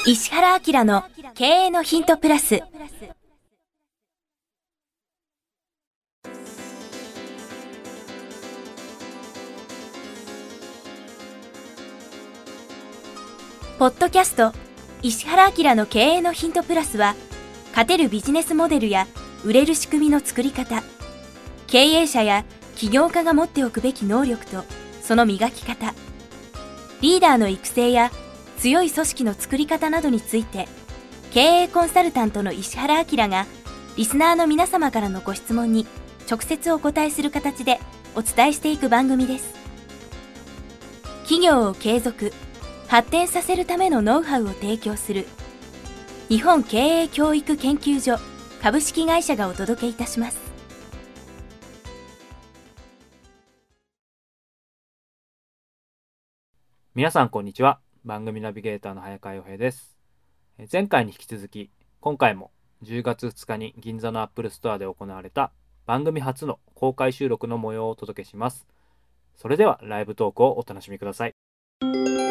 石原明の経営のヒントプラス。ポッドキャスト石原明の経営のヒントプラスは、勝てるビジネスモデルや売れる仕組みの作り方、経営者や起業家が持っておくべき能力とその磨き方、リーダーの育成や強い組織の作り方などについて、経営コンサルタントの石原明がリスナーの皆様からのご質問に直接お答えする形でお伝えしていく番組です。企業を継続発展させるためのノウハウを提供する日本経営教育研究所株式会社がお届けいたします。 皆さんこんにちは。番組ナビゲーターの早川洋平です。前回に引き続き、今回も10月2日に銀座のアップルストアで行われた番組初の公開収録の模様をお届けします。それではライブトークをお楽しみください。と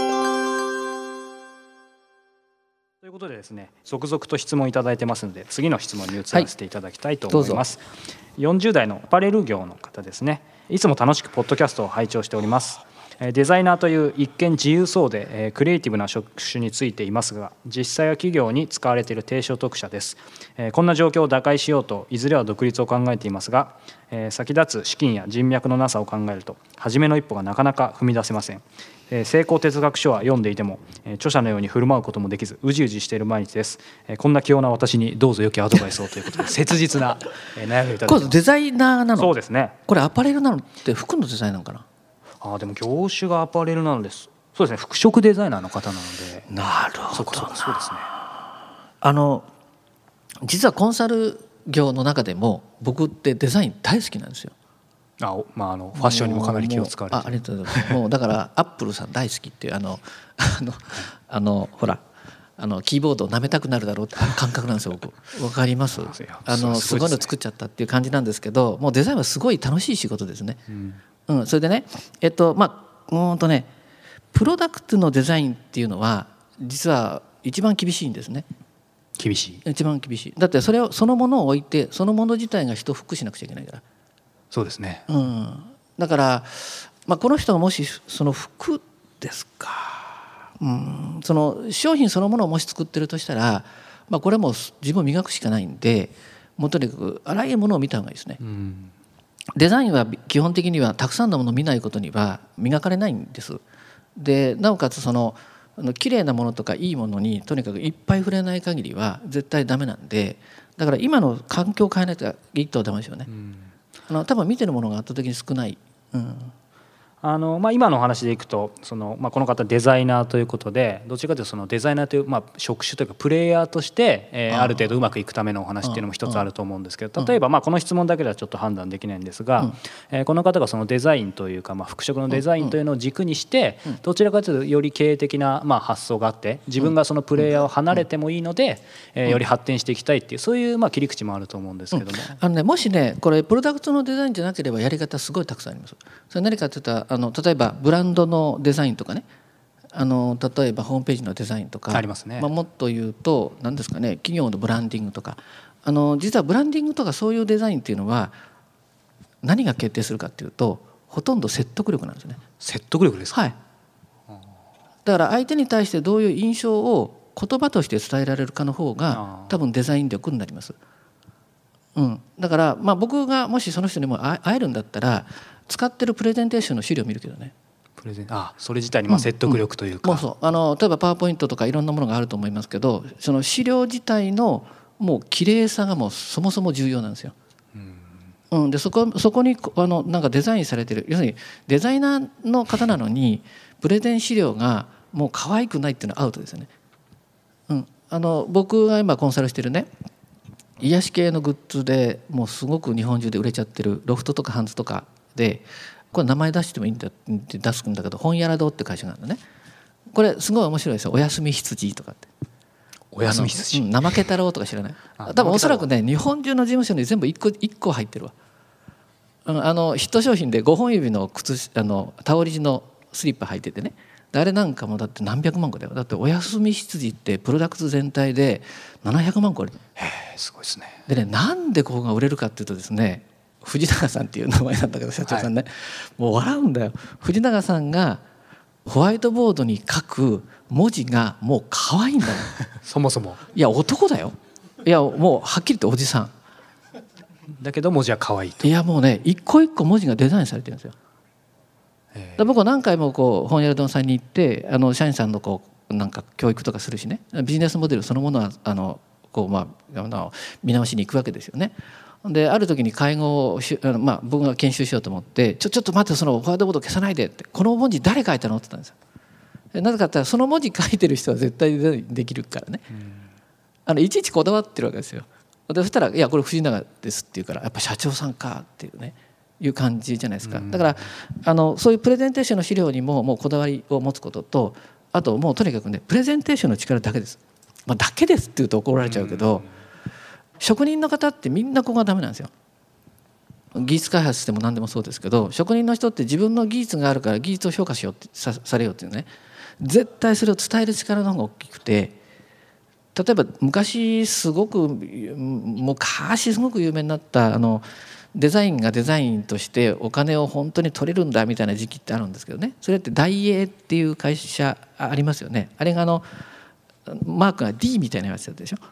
いうことでですね、続々と質問いただいてますので、次の質問に移らせていただきたいと思います。40代のアパレル業の方ですね。いつも楽しくポッドキャストを拝聴しております。デザイナーという一見自由そうでクリエイティブな職種についていますが、実際は企業に使われている低所得者です。こんな状況を打開しようといずれは独立を考えていますが、先立つ資金や人脈のなさを考えると初めの一歩がなかなか踏み出せません。成功哲学書は読んでいても著者のように振る舞うこともできずうじうじしている毎日です。こんな器用な私にどうぞ良きアドバイスをということで切実な悩みをいただいています。 これデザイナーなの？ そうですね。 これアパレルなのって服のデザインなのかな？ でも業種がアパレルなのです。そうですね、服飾デザイナーの方なので。 なるほどな。 そうですね。 実はコンサル業の中でも僕ってデザイン大好きなんですよ。 ファッションにもかなり気を使われて。 ありがとうございます。もうだからアップルさん大好きっていうほらキーボードを舐めたくなるだろうって感覚なんですよ僕。わかります。すごいの作っちゃったっていう感じなんですけど、もうデザインはすごい楽しい仕事ですね。それでね、プロダクトのデザインっていうのは実は一番厳しいんですね。一番厳しい。だってそのものを置いてそのもの自体が人を服しなくちゃいけないから。 そうですね。 だから、この人がもしその服ですか、その商品そのものをもし作ってるとしたら、これも自分を磨くしかないんで、もうとにかくあらゆるものを見た方がいいですね。デザインは基本的にはたくさんのものを見ないことには磨かれないんです。でなおかつ綺麗なものとかいいものにとにかくいっぱい触れない限りは絶対ダメなんで、だから今の環境を変えないといいとダメですよね。多分見てるものが圧倒的に少ない。 今のお話でいくとこの方デザイナーということで、どちらかというとそのデザイナーという、職種というかプレイヤーとして、ある程度うまくいくためのお話っていうのも一つあると思うんですけど、例えばこの質問だけではちょっと判断できないんですが、この方がそのデザインというか、服飾のデザインというのを軸にして、どちらかというとより経営的な、発想があって、自分がそのプレイヤーを離れてもいいので、より発展していきたいっていう、そういう切り口もあると思うんですけども、 もしねこれプロダクトのデザインじゃなければやり方すごいたくさんあります。それ何かというと例えばブランドのデザインとかね、例えばホームページのデザインとかありますね。 もっと言うと何ですかね、企業のブランディングとか、実はブランディングとかそういうデザインっていうのは何が決定するかっていうと、ほとんど説得力なんですよね。 説得力ですか？はい。 だから相手に対してどういう印象を言葉として伝えられるかの方が多分デザイン力になります。だから、僕がもしその人にも会えるんだったら使ってるプレゼンテーションの資料を見るけどね。 それ自体に説得力というか、 例えばパワーポイントとかいろんなものがあると思いますけど、その資料自体のもう綺麗さがもうそもそも重要なんですよ。でそこになんかデザインされてる、要するにデザイナーの方なのにプレゼン資料がもう可愛くないっていうのはアウトですよね。僕が今コンサルしてるね、癒し系のグッズでもうすごく日本中で売れちゃってるロフトとかハンズとかで、これ名前出してもいいんだって出すんだけど、本屋ら堂って会社があるのね。これすごい面白いですよ。おやすみ羊とかって、 おやすみ羊、 怠け太郎とか知らない？多分おそらくね日本中の事務所に全部1個入ってるわ。ヒット商品で5本指のタオリ地のスリッパ履いててね、 であれなんかもだって何百万個だよ。だってお休み羊ってプロダクツ全体で700万個ある。 すごいですね。 でね、なんでここが売れるかっていうとですね、藤永さんっていう名前なんだけど社長さんね、もう笑うんだよ。藤永さんがホワイトボードに書く文字がもう可愛いんだよそもそも。 いや男だよ。いやもうはっきり言っておじさんだけど文字は可愛いと。 いやもうね、一個一個文字がデザインされてるんですよ。僕は何回もこう本屋堂さんに行って社員さんのこうなんか教育とかするしね、ビジネスモデルそのものはこう見直しに行くわけですよね。である時に会合を僕が研修しようと思ってちょっと待って、そのホワイトボード消さないでって、この文字誰書いたのって言ったんですよ。なぜかって言ったらその文字書いてる人は絶対できるからね、いちいちこだわってるわけですよ。でそしたら「いやこれ藤永です」って言うから「やっぱ社長さんか」っていうねいう感じじゃないですか。だからそういうプレゼンテーションの資料にももうこだわりを持つことと、あともうとにかくねプレゼンテーションの力だけです。だけですって言うと怒られちゃうけど、職人の方ってみんなここがダメなんですよ。技術開発しても何でもそうですけど、職人の人って自分の技術があるから技術を評価しようってされようっていうね、絶対それを伝える力の方が大きくて、例えば昔すごく有名になったデザインがデザインとしてお金を本当に取れるんだみたいな時期ってあるんですけどね、それって大英っていう会社ありますよね。あれがマークが D みたいなやつでしょ。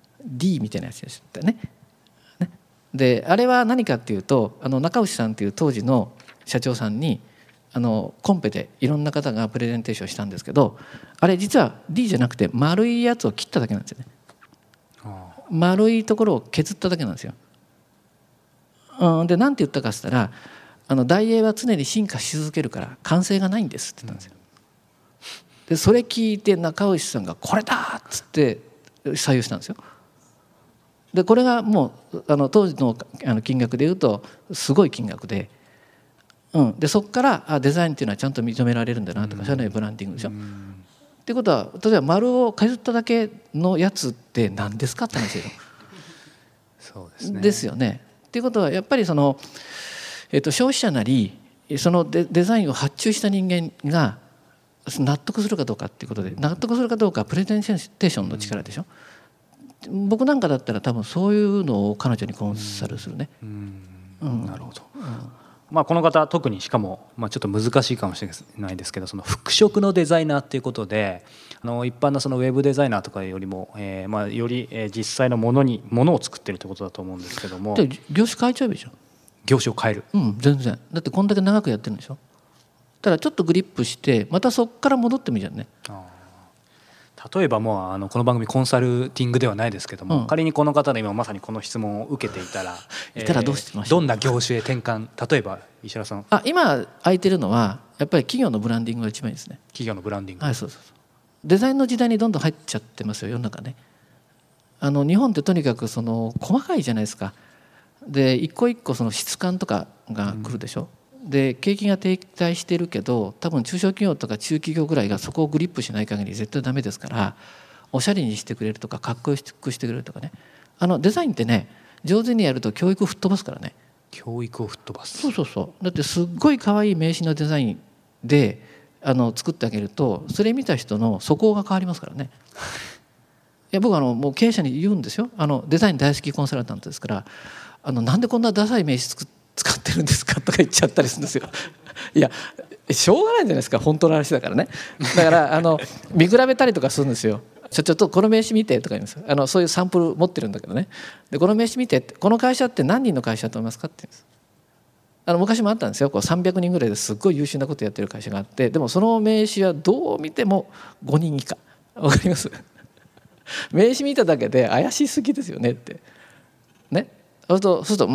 D みたいなやつでしたね。であれは何かっていうと中内さんっていう当時の社長さんにコンペでいろんな方がプレゼンテーションしたんですけど、あれ実は D じゃなくて丸いやつを切っただけなんですよね。丸いところを削っただけなんですよ。で何て言ったかっつったら大英は常に進化し続けるから完成がないんですって言ったんですよ。でそれ聞いて中内さんがこれだっつって採用したんですよ。でこれがもう当時の金額でいうとすごい金額で、でそこからデザインっていうのはちゃんと認められるんだなとか、そういうのブランディングでしょ。っていうことは例えば丸を削っただけのやつって何ですかって話ですよ。 そうですね。 ですよね。っていうことはやっぱり消費者なりそのデザインを発注した人間が納得するかどうかっていうことで、納得するかどうかはプレゼンテーションの力でしょ。僕なんかだったら多分そういうのを彼女にコンサルするね。 なるほど。この方特にしかもちょっと難しいかもしれないですけど、その服飾のデザイナーっていうことで一般のそのウェブデザイナーとかよりも、より実際のものを作ってるってことだと思うんですけども。 業種変えちゃえばいいじゃん。 業種を変える。 全然。だってこんだけ長くやってるんでしょ。ただちょっとグリップしてまたそこから戻ってもいいじゃんね。 例えばもうこの番組コンサルティングではないですけども、仮にこの方で今まさにこの質問を受けていたらどうしてました？ どんな業種へ転換、例えば石原さん。 今空いてるのはやっぱり企業のブランディングが一番いいですね。 企業のブランディング。 はい、そうデザインの時代にどんどん入っちゃってますよ世の中ね。日本ってとにかく細かいじゃないですか。で一個一個質感とかが来るでしょ。で景気が停滞してるけど多分中小企業とか中企業ぐらいがそこをグリップしない限り絶対ダメですから、おしゃれにしてくれるとかかっこよくしてくれるとかね、デザインってね上手にやると教育を吹っ飛ばすからね。 教育を吹っ飛ばす。 そうだってすっごい可愛い名刺のデザインで作ってあげるとそれ見た人の素行が変わりますからね。いや僕もう経営者に言うんですよ。デザイン大好きコンサルタントですからなんでこんなダサい名刺使ってるんですかとか言っちゃったりするんですよ。いやしょうがないじゃないですか、本当の話だからね。だから見比べたりとかするんですよ。ちょっとこの名刺見てとか言うんですよ。そういうサンプル持ってるんだけどね。でこの名刺見てって、この会社って何人の会社だと思いますかって言うんです。昔もあったんですよ。300人ぐらいですっごい優秀なことやってる会社があって、でもその名刺はどう見ても5人以下。わかります？名刺見ただけで怪しすぎですよねってね。そうすると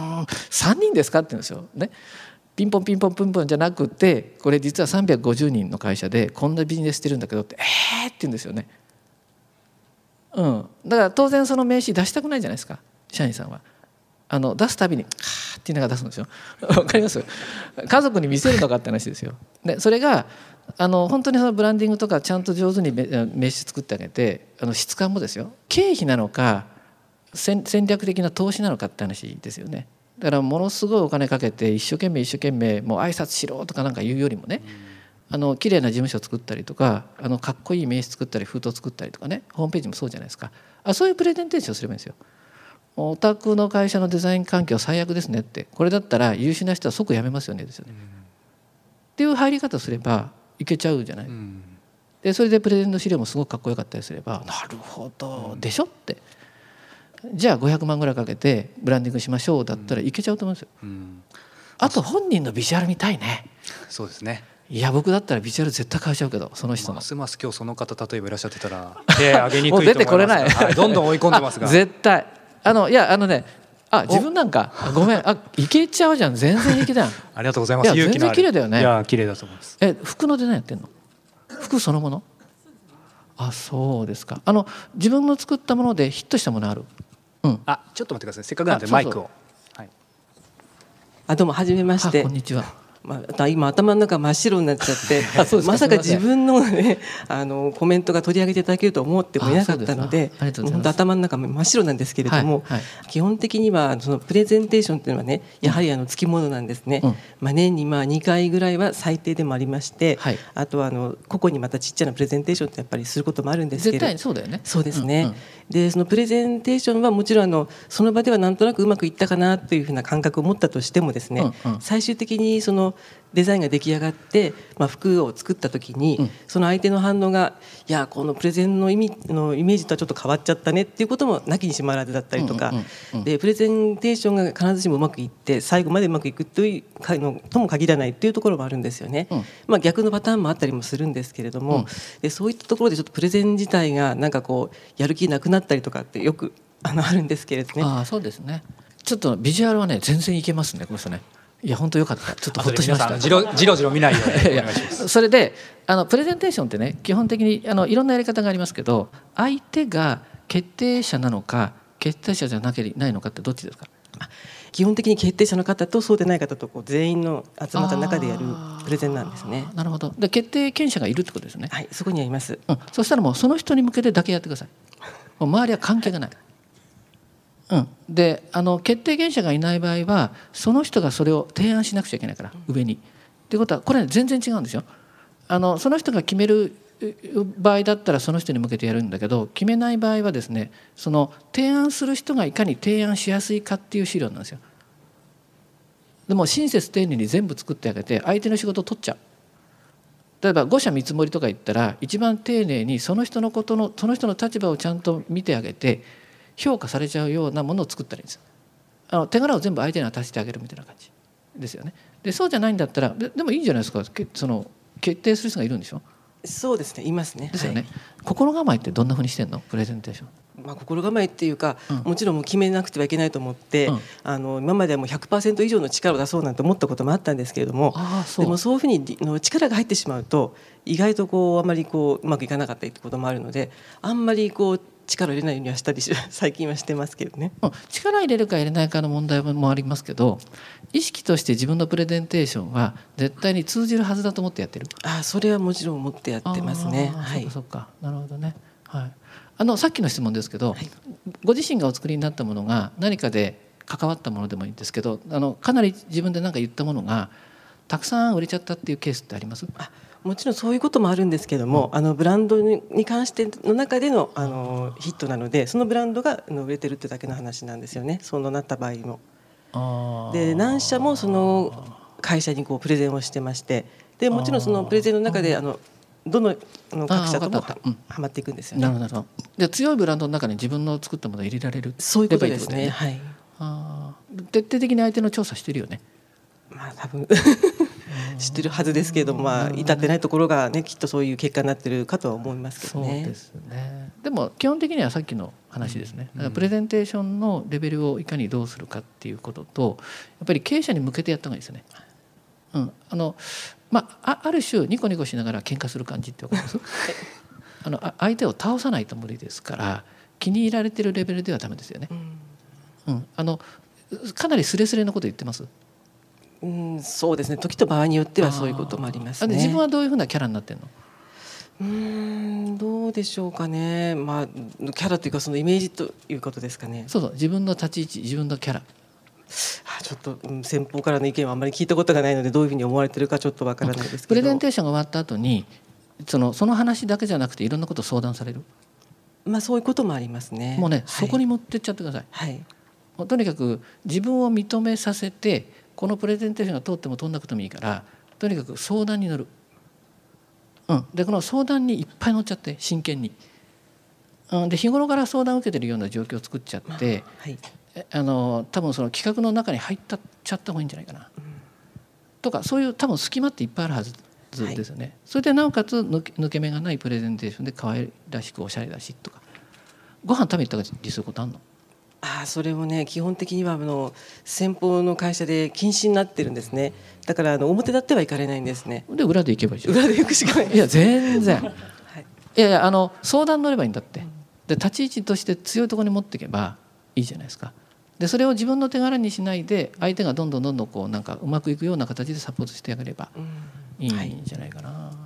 3人ですかって言うんですよね。ピンポンピンポンプンプンじゃなくて、これ実は350人の会社でこんなビジネスしてるんだけどってって言うんですよね。だから当然その名刺出したくないじゃないですか、社員さんは。出すたびにって言いながら出すんですよ。わかります？家族に見せるのかって話ですよ。でそれが本当にそのブランディングとかちゃんと上手に名刺作ってあげて、質感もですよ、経費なのか戦略的な投資なのかって話ですよね。だからものすごいお金かけて一生懸命もう挨拶しろとかなんか言うよりもね、 綺麗な事務所作ったりとかかっこいい名刺作ったり封筒作ったりとかね、ホームページもそうじゃないですか。そういうプレゼンテーションをすればいいんですよ。お宅の会社のデザイン環境最悪ですねって、これだったら優秀な人は即辞めますよねですよね、っていう入り方をすればいけちゃうじゃない、でそれでプレゼンの資料もすごくかっこよかったりすれば、なるほどでしょって、じゃあ500万ぐらいかけてブランディングしましょうだったらいけちゃうと思うんですよ、あと本人のビジュアル見たいね。 そうですね。 いや僕だったらビジュアル絶対変えちゃうけど、その人のますます今日その方例えばいらっしゃってたら手上げにくいと思います。 もう出てこれない、 はい、どんどん追い込んでますが絶対いや自分なんかごめんいけちゃうじゃん、全然平気だよありがとうございます。 いや全然綺麗だよね。 いや綺麗だと思います。 服のデザインやってんの？服そのもの？そうですか。自分の作ったものでヒットしたものある？ ちょっと待ってください。せっかくなんでマイクを。はい、 どうもはじめまして。 こんにちは。 今頭の中真っ白になっちゃってまさか自分の、ね、コメントが取り上げていただけると思ってもいなかったので、本当頭の中真っ白なんですけれども、基本的にはそのプレゼンテーションというのはね、やはりつきものなんですね、年に2回ぐらいは最低でもありまして、あとは個々にまたちっちゃなプレゼンテーションってやっぱりすることもあるんですけれど、 絶対そうだよね。 そうですね、でそのプレゼンテーションはもちろんその場ではなんとなくうまくいったかなというふうな感覚を持ったとしてもですね、最終的にそのデザインが出来上がって、服を作った時に、その相手の反応がいやこのプレゼンのイメージとはちょっと変わっちゃったねっていうこともなきにしもあらずだったりとか、でプレゼンテーションが必ずしもうまくいって最後までうまくいくというのとも限らないというところもあるんですよね、逆のパターンもあったりもするんですけれども、でそういったところでちょっとプレゼン自体がなんかこうやる気なくなったりとかってよくあるんですけれどね。 そうですね。ちょっとビジュアルはね全然いけますねこの人ね。いや本当良かった。ちょっとほっとしました。 じろじろ見ないようにお願いします。 それでプレゼンテーションってね基本的にいろんなやり方がありますけど、相手が決定者なのか決定者じゃないのかってどっちですか？ 基本的に決定者の方とそうでない方と全員の集まった中でやるプレゼンなんですね。 なるほど。で決定権者がいるってことですね。 はい、そこにはいます、 そしたらもうその人に向けてだけやってください。もう周りは関係がない。で決定権者がいない場合はその人がそれを提案しなくちゃいけないから、上に。っていうことはこれ、ね、全然違うんですよ。その人が決める場合だったらその人に向けてやるんだけど、決めない場合はですね、その提案する人がいかに提案しやすいかっていう資料なんですよ。でも親切丁寧に全部作ってあげて相手の仕事を取っちゃう。例えば5社見積もりとか言ったら一番丁寧にその人の立場をちゃんと見てあげて評価されちゃうようなものを作ったらいいんですよ。手柄を全部相手に渡してあげるみたいな感じですよね。でそうじゃないんだったら でもいいじゃないですか。その決定する人がいるんでしょ。 そうですね、いますね。 ですよね、心構えってどんなふうにしてんの？プレゼンテーション。 心構えっていうか、もちろんもう決めなくてはいけないと思って、今まではもう 100% 以上の力を出そうなんて思ったこともあったんですけれども、でもそういうふうに力が入ってしまうと意外とあまりうまくいかなかったりってこともあるので、あんまり力を入れないようにはしたり最近はしてますけどね。 力入れるか入れないかの問題もありますけど、意識として自分のプレゼンテーションは絶対に通じるはずだと思ってやってる。 それはもちろん思ってやってますね。 そうか、なるほどね。さっきの質問ですけど、ご自身がお作りになったものが何かで関わったものでもいいんですけど、かなり自分で何か言ったものがたくさん売れちゃったっていうケースってあります？ もちろんそういうこともあるんですけども、ブランドに関しての中での、ヒットなので、そのブランドが売れてるってだけの話なんですよね。そうなった場合も。で何社もその会社にプレゼンをしてまして、でもちろんそのプレゼンの中でどの各社ともはまっていくんですよね。 なるほど。で強いブランドの中に自分の作ったものを入れられる。 そういうことですね。 徹底的に相手の調査してるよね。 多分知ってるはずですけれども、至ってないところがね、きっとそういう結果になってるかとは思いますけどね。 そうですね。でも基本的にはさっきの話ですね。プレゼンテーションのレベルをいかにどうするかっていうことと、やっぱり経営者に向けてやった方がいいですよね。ある種ニコニコしながら喧嘩する感じってわかります？相手を倒さないと無理ですから、気に入られてるレベルではダメですよね。かなりスレスレのこと言ってます？ そうですね、時と場合によってはそういうこともありますね。 自分はどういうふうなキャラになってんの？ どうでしょうかね。キャラというかそのイメージということですかね。 そう自分の立ち位置、自分のキャラ。 ちょっと、先方からの意見はあんまり聞いたことがないのでどういうふうに思われてるかちょっとわからないですけど、 プレゼンテーションが終わった後にその話だけじゃなくていろんなことを相談される？ そういうこともありますね。 もうね、そこに持ってっちゃってください。 はい、 もうとにかく自分を認めさせて、このプレゼンテーションが通っても通んなくてもいいから、とにかく相談に乗る。でこの相談にいっぱい乗っちゃって真剣に。で日頃から相談を受けてるような状況を作っちゃって、はい、多分その企画の中に入っちゃった方がいいんじゃないかな、とか、そういう多分隙間っていっぱいあるはずですよね、はい、それでなおかつ抜け目がないプレゼンテーションで可愛らしくおしゃれだしとか。ご飯食べに行ったりすることあるの？ それもね、基本的には先方の会社で禁止になってるんですね。だから表立っては行かれないんですね。 で裏で行けばいいじゃん。 裏で行くしかない。 いや全然、はい、いや相談乗ればいいんだって。で立ち位置として強いところに持っていけばいいじゃないですか。でそれを自分の手柄にしないで、相手がどんどんこうなんかうまくいくような形でサポートしてあげればいいんじゃないかな、はい。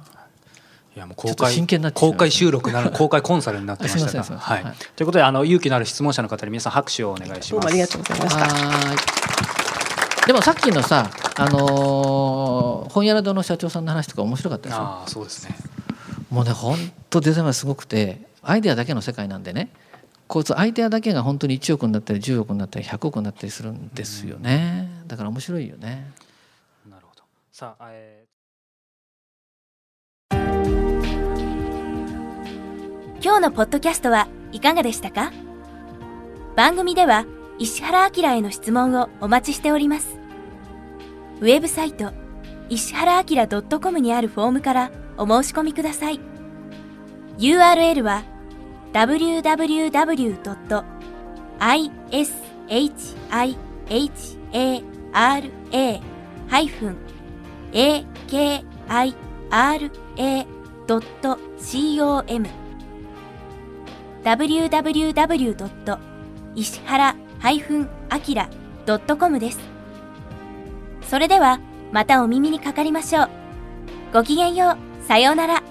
いやもう公開収録なら公開コンサルになってましたが、はい、ということで勇気のある質問者の方に皆さん拍手をお願いします。 どうもありがとうございました。 でもさっきのさ、本屋堂の社長さんの話とか面白かったですよ。 そうですね。 もうね、本当デザインがすごくて、アイデアだけの世界なんでね、こいつアイデアだけが本当に1億になったり10億になったり100億になったりするんですよね。だから面白いよね。 なるほど。さあ、 今日のポッドキャストはいかがでしたか？番組では石原明への質問をお待ちしております。ウェブサイト石原明.com にあるフォームからお申し込みください。URL は www.ishihara.com www. 石原-akira.com です。それではまたお耳にかかりましょう。ごきげんよう。さようなら。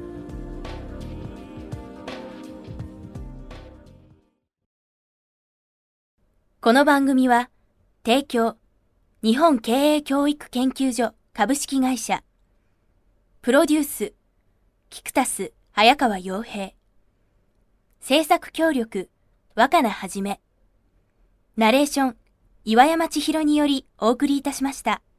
この番組は提供日本経営教育研究所株式会社、プロデュースキクタス早川洋平、制作協力若菜はじめ、ナレーション岩山千尋によりお送りいたしました。